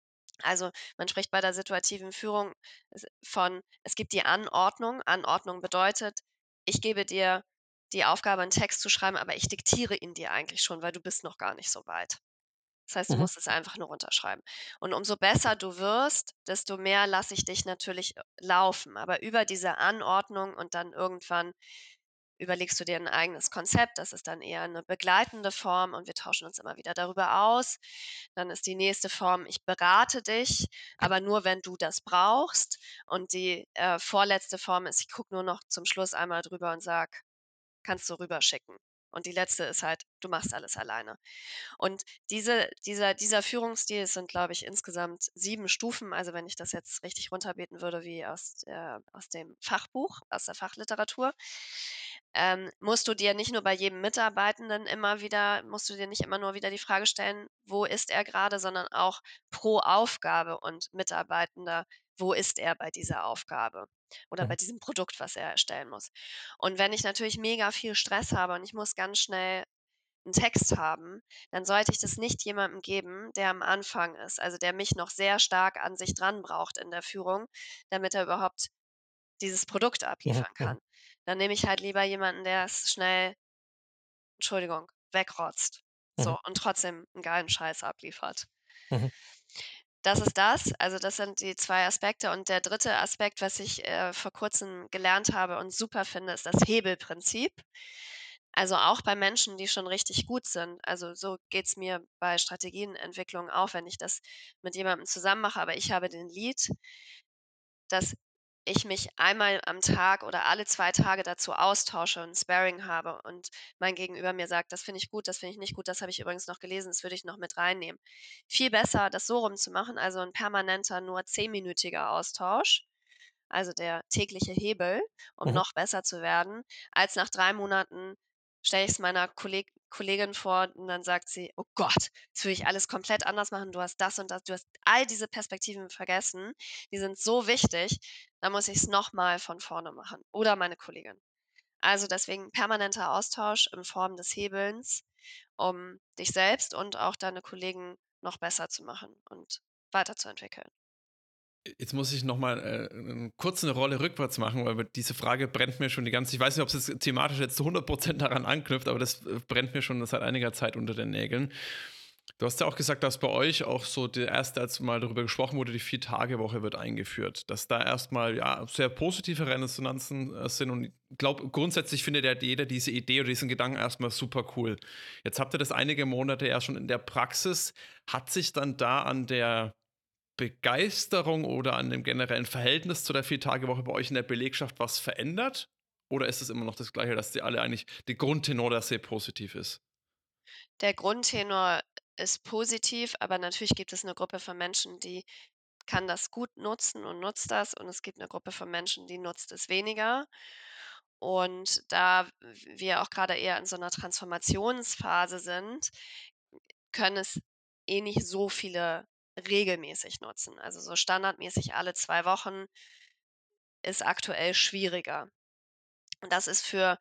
Also, man spricht bei der situativen Führung s von es gibt die Anordnung. Anordnung bedeutet, ich gebe dir die Aufgabe, einen Text zu schreiben, aber ich diktiere ihn dir eigentlich schon, weil du bist noch gar nicht so weit. Das heißt, du Mhm, musst es einfach nur runterschreiben. Und umso besser du wirst, desto mehr lasse ich dich natürlich äh, laufen. Aber über diese Anordnung und dann irgendwann überlegst du dir ein eigenes Konzept. Das ist dann eher eine begleitende Form und wir tauschen uns immer wieder darüber aus. Dann ist die nächste Form, ich berate dich, aber nur, wenn du das brauchst. Und die, äh, vorletzte Form ist, ich gucke nur noch zum Schluss einmal drüber und sage: „Kannst du rüberschicken?“ Und die letzte ist halt, du machst alles alleine. Und diese dieser dieser Führungsstil, es sind, glaube ich, insgesamt sieben Stufen. Also, wenn ich das jetzt richtig runterbeten würde wie aus der aus dem Fachbuch, aus der Fachliteratur, ähm, musst du dir nicht nur bei jedem Mitarbeitenden immer wieder musst du dir nicht immer nur wieder die Frage stellen: „Wo ist er gerade?“, sondern auch pro Aufgabe und Mitarbeitender: „Wo ist er bei dieser Aufgabe oder mhm, bei diesem Produkt, was er erstellen muss?“ Und wenn ich natürlich mega viel Stress habe und ich muss ganz schnell 'n Text haben, dann sollte ich das nicht jemandem geben, der am Anfang ist, also der mich noch sehr stark an sich dran braucht in der Führung, damit er überhaupt dieses Produkt mhm, abliefern mhm, kann. Dann nehme ich halt lieber jemanden, der es schnell, Entschuldigung, wegrotzt, mhm, so, und trotzdem 'n geilen Scheiß abliefert. mhm, Das ist das. Also, das sind die zwei Aspekte. Und der dritte Aspekt, was ich, äh, vor Kurzem gelernt habe und super finde, ist das Hebelprinzip. Also, auch bei Menschen, die schon richtig gut sind. Also, so geht's mir bei Strategienentwicklung auch, wenn ich das mit jemandem zusammen mache, aber ich habe den Lead. Das ich mich einmal am Tag oder alle zwei Tage dazu austausche und Sparring habe und mein Gegenüber mir sagt: „Das finde ich gut, das finde ich nicht gut, das habe ich übrigens noch gelesen, das würde ich noch mit reinnehmen.“ Viel besser, das so rum zu machen, also ein permanenter, nur zehnminütiger Austausch, also der tägliche Hebel, um Mhm. noch besser zu werden, als nach drei Monaten stelle ich es meiner Kolleg Kollegin vor und dann sagt sie: „Oh Gott, das würde ich alles komplett anders machen. Du hast das und das, du hast all diese Perspektiven vergessen. Die sind so wichtig, dann muss ich es noch mal von vorne machen oder meine Kollegin.“ Also, deswegen permanenter Austausch in Form des Hebelns, um dich selbst und auch deine Kollegen noch besser zu machen und weiterzuentwickeln. Jetzt muss ich noch mal, äh, 'n kurz 'ne Rolle rückwärts machen, weil diese Frage brennt mir schon die ganze, ich weiß nicht, ob es jetzt thematisch jetzt zu hundert Prozent daran anknüpft, aber das, äh, brennt mir schon seit einiger Zeit unter den Nägeln. Du hast ja auch gesagt, dass bei euch auch so der erste, als mal darüber gesprochen wurde, die Vier-Tage-Woche wird eingeführt, dass da erst mal, ja, sehr positive Resonanzen, äh, sind, und ich glaube, grundsätzlich findet ja jeder diese Idee oder diesen Gedanken erst mal super cool. Jetzt habt ihr das einige Monate ja schon in der Praxis. Hat sich dann da an der Begeisterung oder an dem generellen Verhältnis zu der Vier-Tage-Woche bei euch in der Belegschaft was verändert? Oder ist es immer noch das Gleiche, dass die alle eigentlich der Grundtenor da sehr positiv ist? Der Grundtenor ist positiv, aber natürlich gibt es 'ne Gruppe von Menschen, die kann das gut nutzen und nutzt das und es gibt 'ne Gruppe von Menschen, die nutzt es weniger. Und da w wir auch grade eher in so 'ner Transformationsphase sind, können es eh nicht so viele regelmäßig nutzen. Also, so standardmäßig alle zwei Wochen ist aktuell schwieriger. Und das ist für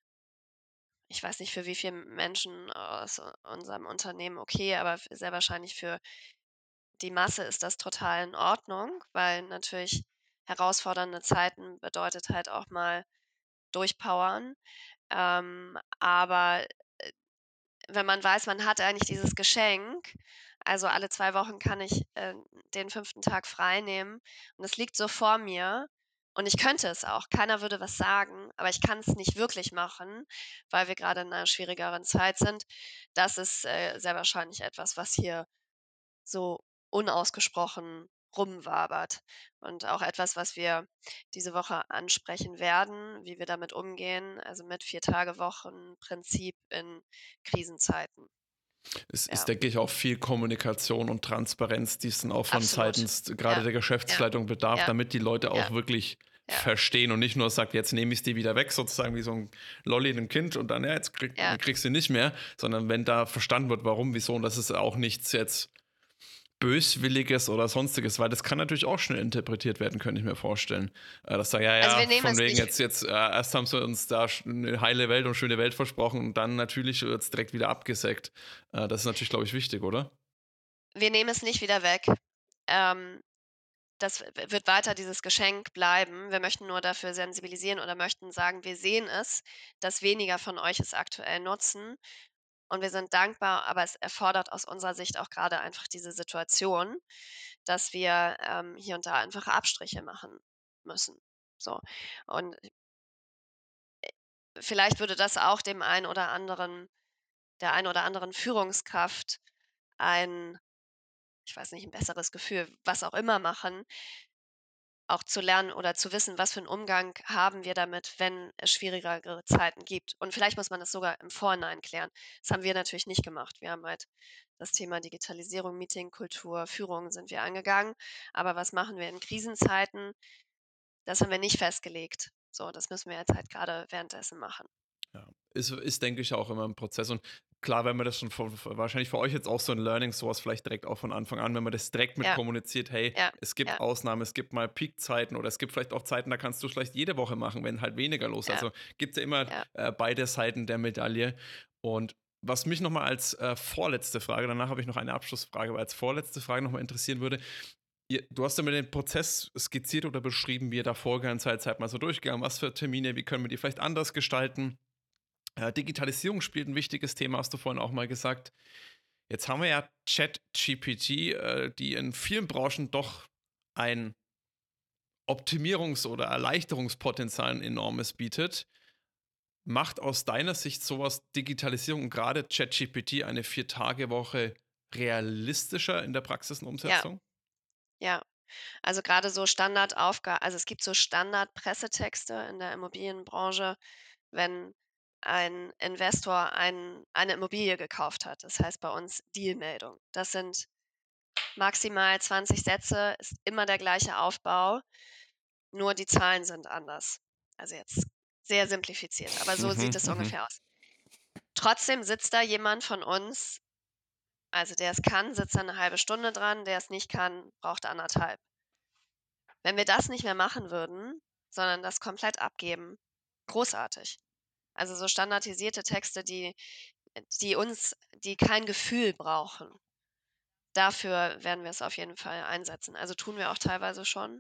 ich weiß nicht, für wie viele Menschen aus unserem Unternehmen okay, aber f sehr wahrscheinlich für die Masse ist das total in Ordnung, weil natürlich herausfordernde Zeiten bedeutet halt auch mal durchpowern. Ähm, aber, äh, wenn man weiß, man hat eigentlich dieses Geschenk, also alle zwei Wochen kann ich, äh, den fünften Tag frei nehmen und es liegt so vor mir und ich könnte es auch. Keiner würde was sagen, aber ich kann es nicht wirklich machen, weil wir grade in 'ner schwierigeren Zeit sind. Das ist, äh, sehr wahrscheinlich etwas, was hier so unausgesprochen rumwabert und auch etwas, was wir diese Woche ansprechen werden, wie wir damit umgehen, also mit Vier-Tage-Wochen-Prinzip in Krisenzeiten. Es ist, Ja, denke ich, auch viel Kommunikation und Transparenz, die es dann auch von absolut. seitens gerade Ja, der ja, Geschäftsleitung bedarf, ja, damit die Leute ja, auch wirklich ja, verstehen und nicht nur sagt: „Jetzt nehme ich's dir wieder weg“, sozusagen wie so ein Lolli 'nem Kind, und dann: „Ja, jetzt krieg ja, kriegst du nicht mehr“, sondern wenn da verstanden wird, warum, wieso, und das ist auch nichts jetzt Böswilliges oder Sonstiges, weil das kann natürlich auch schnell interpretiert werden, könnte ich mir vorstellen. Äh, dass da, ja, also, ja, wir nehmen von es wegen nicht jetzt, jetzt, äh, erst haben sie uns da sch 'ne heile Welt und schöne Welt versprochen und dann natürlich wird's direkt wieder abgesägt. Äh, das ist natürlich, glaube ich, wichtig, oder? wir nehmen es nicht wieder weg. Ähm, das w wird weiter dieses Geschenk bleiben. Wir möchten nur dafür sensibilisieren oder möchten sagen, wir sehen es, dass weniger von euch es aktuell nutzen. Und wir sind dankbar, aber es erfordert aus unserer Sicht auch gerade einfach diese Situation, dass wir, ähm, hier und da einfach Abstriche machen müssen. So. Und vielleicht würde das auch dem einen oder anderen der einen oder anderen Führungskraft ein ich weiß nicht, ein besseres Gefühl, was auch immer machen, auch zu lernen oder zu wissen, was für einen Umgang haben wir damit, wenn es schwierigere Zeiten gibt. Und vielleicht muss man das sogar im Vorhinein klären. Das haben wir natürlich nicht gemacht. Wir haben halt das Thema Digitalisierung, Meetingkultur, Führung sind wir angegangen. Aber was machen wir in Krisenzeiten? Das haben wir nicht festgelegt. So, das müssen wir jetzt halt gerade währenddessen machen. Ja, ist ist, denke ich, auch immer ein Prozess, und klar, wenn man das schon vor wahrscheinlich für euch jetzt auch so ein Learning, so was vielleicht direkt auch von Anfang an, wenn man das direkt mit Ja, kommuniziert: „Hey, ja, es gibt ja, Ausnahmen, es gibt mal Peakzeiten oder es gibt vielleicht auch Zeiten, da kannst du vielleicht jede Woche machen, wenn halt weniger los ist.“ ja, Also, gibt's ja immer, ja, äh, beide Seiten der Medaille. Und was mich noch mal als, äh, vorletzte Frage, danach habe ich noch eine Abschlussfrage, aber als vorletzte Frage noch mal interessieren würde: Ihr du hast ja mir den Prozess skizziert oder beschrieben, wie ihr da vorgegangen seid, seid mal so durchgegangen, was für Termine, wie können wir die vielleicht anders gestalten? Äh, Digitalisierung spielt ein wichtiges Thema, hast du vorhin auch mal gesagt. Jetzt haben wir ja ChatGPT, äh, die in vielen Branchen doch ein Optimierungs- oder Erleichterungspotenzial 'n enormes bietet. Macht aus deiner Sicht sowas Digitalisierung und grade ChatGPT eine Vier-Tage-Woche realistischer in der Praxis und ja, Umsetzung? ja. Also, gerade so Standardaufga also, es gibt so Standardpressetexte in der Immobilienbranche, wenn ein Investor ein eine Immobilie gekauft hat. Das heißt bei uns Dealmeldung. Das sind maximal zwanzig Sätze, ist immer der gleiche Aufbau, nur die Zahlen sind anders. Also, jetzt sehr simplifiziert, aber so sieht Mhm, es mhm. ungefähr aus. Trotzdem sitzt da jemand von uns, also, der es kann, sitzt da 'ne halbe Stunde dran, der es nicht kann, braucht anderthalb. Wenn wir das nicht mehr machen würden, sondern das komplett abgeben, großartig. Also, so standardisierte Texte, die die uns die kein Gefühl brauchen. Dafür werden wir es auf jeden Fall einsetzen. Also, tun wir auch teilweise schon.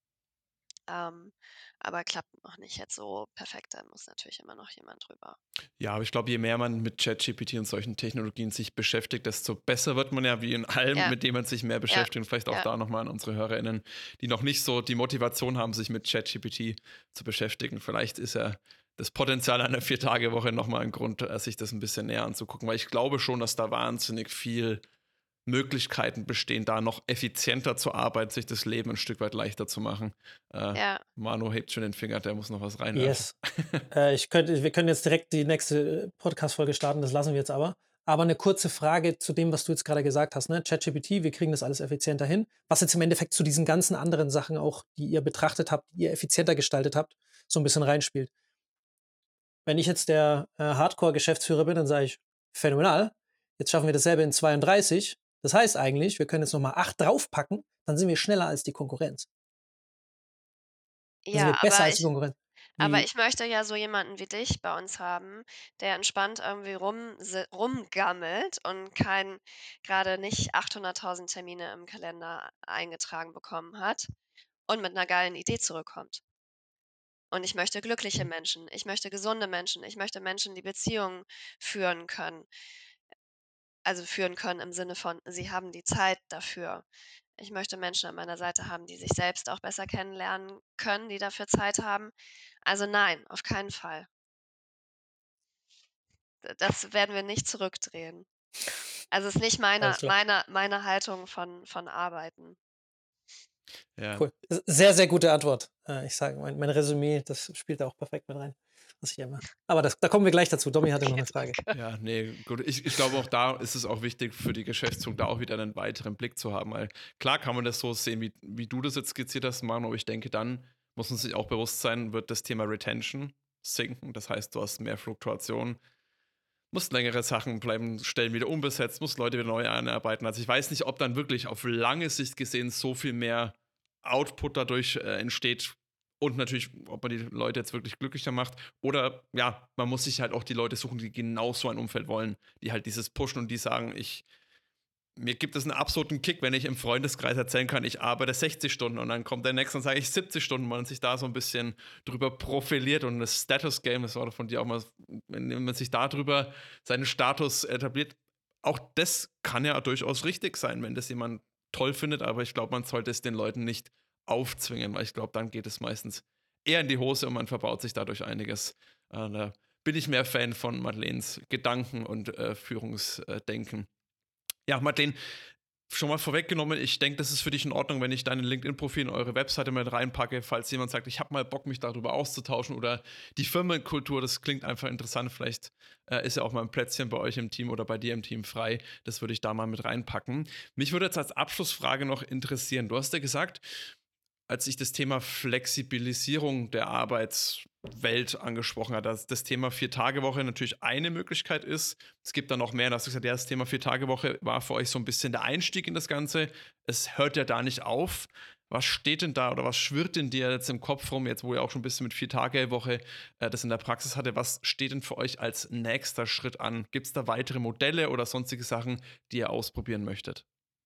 Ähm, aber klappt noch nicht jetzt so perfekt, da muss natürlich immer noch jemand drüber. Ja, aber ich glaube, je mehr man mit ChatGPT und solchen Technologien sich beschäftigt, desto besser wird man ja wie in allem, Ja, mit dem man sich mehr ja, beschäftigt. Und vielleicht auch ja. da nochmal an unsere HörerInnen, die noch nicht so die Motivation haben, sich mit ChatGPT zu beschäftigen. Vielleicht ist ja das Potenzial einer Vier-Tage-Woche nochmal ein Grund, äh, sich das ein bisschen näher anzugucken, weil ich glaube schon, dass da wahnsinnig viel Möglichkeiten bestehen, da noch effizienter zu arbeiten, sich das Leben ein Stück weit leichter zu machen. Äh, Ja. Manu hebt schon den Finger, der muss noch was reinwerfen. Yes. Äh, ich könnte wir können jetzt direkt die nächste Podcast-Folge starten, das lassen wir jetzt aber. Aber eine kurze Frage zu dem, was du jetzt gerade gesagt hast, ne? ChatGPT, wir kriegen das alles effizienter hin. Was jetzt im Endeffekt zu diesen ganzen anderen Sachen auch, die ihr betrachtet habt, die ihr effizienter gestaltet habt, so ein bisschen reinspielt. Wenn ich jetzt der äh, Hardcore-Geschäftsführer bin, dann sage ich, phänomenal, jetzt schaffen wir dasselbe in zweiunddreißig. Das heißt eigentlich, wir können jetzt nochmal acht draufpacken, dann sind wir schneller als die Konkurrenz. Dann sind Ja, wir besser aber als die ich Konkurrenz. aber Wie, ich möchte ja so jemanden wie dich bei uns haben, der entspannt irgendwie rumsi rumgammelt und kein grade nicht achthunderttausend Termine im Kalender eingetragen bekommen hat und mit 'ner geilen Idee zurückkommt. Und ich möchte glückliche Menschen, ich möchte gesunde Menschen, ich möchte Menschen, die Beziehungen führen können. Also, führen können im Sinne von, sie haben die Zeit dafür. Ich möchte Menschen an meiner Seite haben, die sich selbst auch besser kennenlernen können, die dafür Zeit haben. Also, nein, auf keinen Fall. D das werden wir nicht zurückdrehen. Also, ist nicht meine alles klar. meine meine Haltung von von Arbeiten. Ja, Cool. S sehr, sehr gute Antwort. Äh, ich sage, mein mein Resümee, das spielt da auch perfekt mit rein, was ich immer aber das da kommen wir gleich dazu. Domi hatte noch Okay, eine Frage. danke. ja, nee, gut. Ich, ich glaube, auch da ist es auch wichtig für die Geschäftsführung, da auch wieder einen weiteren Blick zu haben. Weil klar kann man das so sehen, wie, wie du das jetzt skizziert hast, Manu, aber ich denke, dann muss man sich auch bewusst sein, wird das Thema Retention sinken. Das heißt, du hast mehr Fluktuation, musst längere Sachen bleiben, Stellen wieder unbesetzt, musst Leute wieder neu einarbeiten. Also ich weiß nicht, ob dann wirklich auf lange Sicht gesehen so viel mehr Output dadurch äh, entsteht und natürlich, ob man die Leute jetzt wirklich glücklicher macht oder ja, man muss sich halt auch die Leute suchen, die genau so ein Umfeld wollen, die halt dieses pushen und die sagen, ich mir gibt es einen absoluten Kick, wenn ich im Freundeskreis erzählen kann, ich arbeite sechzig Stunden und dann kommt der nächste und sage ich siebzig Stunden, weil man sich da so ein bisschen drüber profiliert und das Status-Game, das war von dir auch mal, wenn man sich darüber seinen Status etabliert, auch das kann ja durchaus richtig sein, wenn das jemand toll findet, aber ich glaube, man sollte es den Leuten nicht aufzwingen, weil ich glaube, dann geht es meistens eher in die Hose und man verbaut sich dadurch einiges. Äh, da bin ich mehr Fan von Madeleines Gedanken und äh, Führungsdenken. Ja, Madeleine, schon mal vorweggenommen, ich denke, das ist für dich in Ordnung, wenn ich dein LinkedIn-Profil in eure Webseite mit reinpacke, falls jemand sagt, ich habe mal Bock, mich darüber auszutauschen oder die Firmenkultur, das klingt einfach interessant. Vielleicht äh, ist ja auch mal ein Plätzchen bei euch im Team oder bei dir im Team frei. Das würde ich da mal mit reinpacken. Mich würde jetzt als Abschlussfrage noch interessieren. Du hast ja gesagt, als ich das Thema Flexibilisierung der Arbeitswelt angesprochen habe, dass das Thema Vier-Tage-Woche natürlich eine Möglichkeit ist. Es gibt dann noch mehr. Da hast du gesagt, ja, das Thema Vier-Tage-Woche war für euch so ein bisschen der Einstieg in das Ganze. Es hört ja da nicht auf. Was steht denn da oder was schwirrt denn dir jetzt im Kopf rum, jetzt wo ihr auch schon ein bisschen mit Vier-Tage-Woche äh, das in der Praxis hatte? Was steht denn für euch als nächster Schritt an? Gibt es da weitere Modelle oder sonstige Sachen, die ihr ausprobieren möchtet?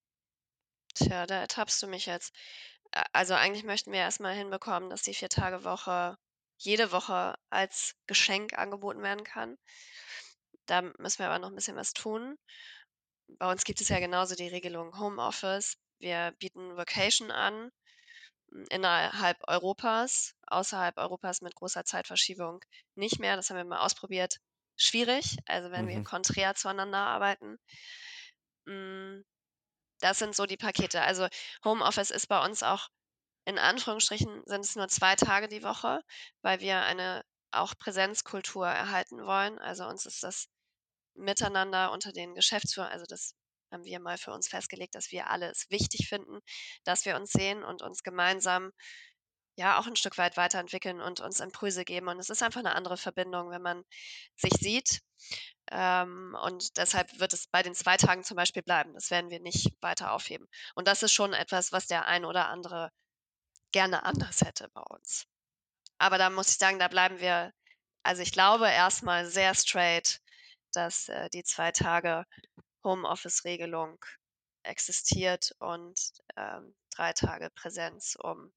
Tja, da ertappst du mich jetzt. A also, eigentlich möchten wir erst mal hinbekommen, dass die Vier-Tage-Woche jede Woche als Geschenk angeboten werden kann. Da müssen wir aber noch 'n bisschen was tun. Bei uns gibt es ja genauso die Regelung Homeoffice. Wir bieten Workation an, hm, innerhalb Europas. Außerhalb Europas mit großer Zeitverschiebung nicht mehr. Das haben wir mal ausprobiert. Schwierig, also, wenn wir Mhm. konträr zueinander arbeiten. Hm das sind so die Pakete. Also, Homeoffice ist bei uns auch in Anführungsstrichen sind es nur zwei Tage die Woche, weil wir eine auch Präsenzkultur erhalten wollen. Also, uns ist das Miteinander unter den Geschäftsführern also, das haben wir mal für uns festgelegt, dass wir alle es wichtig finden, dass wir uns sehen und uns gemeinsam, ja, auch ein Stück weit weiterentwickeln und uns Impulse geben. Und es ist einfach eine andere Verbindung, wenn man sich sieht. Ähm, und deshalb wird es bei den zwei Tagen zum Beispiel bleiben. Das werden wir nicht weiter aufheben. Und das ist schon etwas, was der ein oder andere gerne anders hätte bei uns. Aber da muss ich sagen, da bleiben wir also, ich glaube erstmal sehr straight, dass, äh, die zwei Tage Homeoffice-Regelung existiert und, ähm, drei Tage Präsenz, um,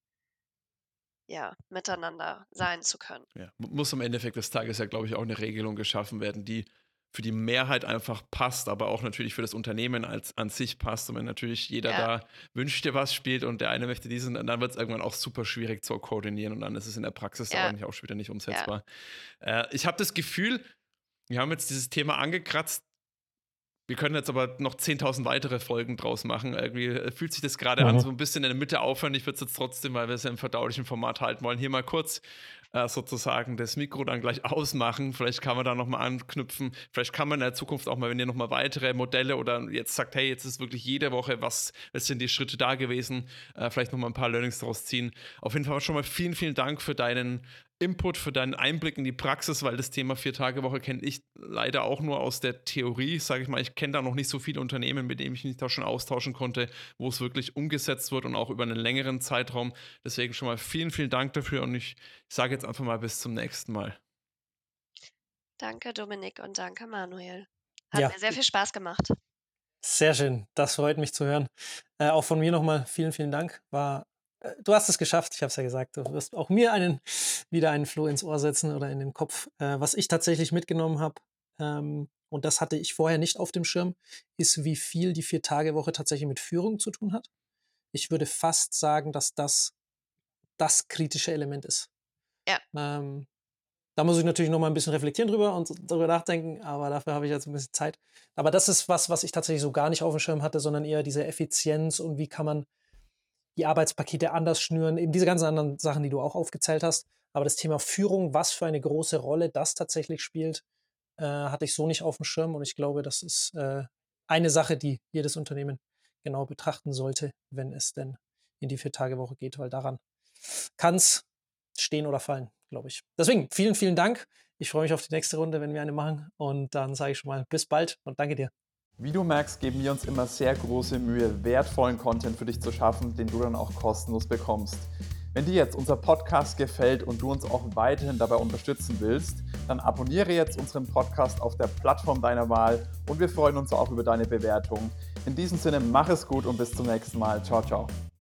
ja, miteinander sein zu können. Ja, mu- muss am Endeffekt des Tages ja, glaube ich, auch eine Regelung geschaffen werden, die für die Mehrheit einfach passt, aber auch natürlich für das Unternehmen als an sich passt. Und wenn natürlich jeder Ja. da wünscht dir was spielt und der eine möchte diesen, dann wird es irgendwann auch super schwierig zu koordinieren und dann ist es in der Praxis Ja. eigentlich auch schon wieder nicht umsetzbar. Äh, ich habe das Gefühl, wir haben jetzt dieses Thema angekratzt. Wir können jetzt aber noch zehntausend weitere Folgen draus machen. Irgendwie äh, fühlt sich das gerade an, Mhm. so ein bisschen in der Mitte aufhören. Ich würde es jetzt trotzdem, weil wir es ja im verdaulichen Format halten wollen, hier mal kurz äh, sozusagen das Mikro dann gleich ausmachen. Vielleicht kann man da nochmal anknüpfen. Vielleicht kann man in der Zukunft auch mal, wenn ihr nochmal weitere Modelle oder jetzt sagt, hey, jetzt ist wirklich jede Woche, was, was sind die Schritte da gewesen, äh, vielleicht nochmal ein paar Learnings daraus ziehen. Auf jeden Fall schon mal vielen, vielen Dank für deinen Input, für deinen Einblick in die Praxis, weil das Thema Vier-Tage-Woche kenne ich leider auch nur aus der Theorie, sage ich mal. Ich kenne da noch nicht so viele Unternehmen, mit denen ich mich da schon austauschen konnte, wo es wirklich umgesetzt wird und auch über einen längeren Zeitraum. Deswegen schon mal vielen, vielen Dank dafür und ich sage jetzt einfach mal bis zum nächsten Mal. Danke, Dominik, und danke, Manuel. Hat Ja, mir sehr viel Spaß gemacht. sehr schön. Das freut mich zu hören. Äh, auch von mir nochmal vielen, vielen Dank. War, äh, du hast es geschafft. Ich habe es ja gesagt. Du wirst auch mir einen, wieder einen Floh ins Ohr setzen oder in den Kopf. Äh, was ich tatsächlich mitgenommen habe, ähm, und das hatte ich vorher nicht auf dem Schirm, ist, wie viel die Vier-Tage-Woche tatsächlich mit Führung zu tun hat. Ich würde fast sagen, dass das das kritische Element ist. Ja. Ähm, da muss ich natürlich noch mal ein bisschen reflektieren drüber und darüber nachdenken, aber dafür habe ich jetzt ein bisschen Zeit. Aber das ist was, was ich tatsächlich so gar nicht auf dem Schirm hatte, sondern eher diese Effizienz und wie kann man die Arbeitspakete anders schnüren, eben diese ganzen anderen Sachen, die du auch aufgezählt hast. Aber das Thema Führung, was für eine große Rolle das tatsächlich spielt, äh, hatte ich so nicht auf dem Schirm und ich glaube, das ist äh, eine Sache, die jedes Unternehmen genau betrachten sollte, wenn es denn in die Vier-Tage-Woche geht, weil daran kann es stehen oder fallen, glaube ich. Deswegen vielen, vielen Dank. Ich freue mich auf die nächste Runde, wenn wir eine machen. Und dann sage ich schon mal bis bald und danke dir. Wie du merkst, geben wir uns immer sehr große Mühe, wertvollen Content für dich zu schaffen, den du dann auch kostenlos bekommst. Wenn dir jetzt unser Podcast gefällt und du uns auch weiterhin dabei unterstützen willst, dann abonniere jetzt unseren Podcast auf der Plattform deiner Wahl und wir freuen uns auch über deine Bewertung. In diesem Sinne, mach es gut und bis zum nächsten Mal. Ciao, ciao.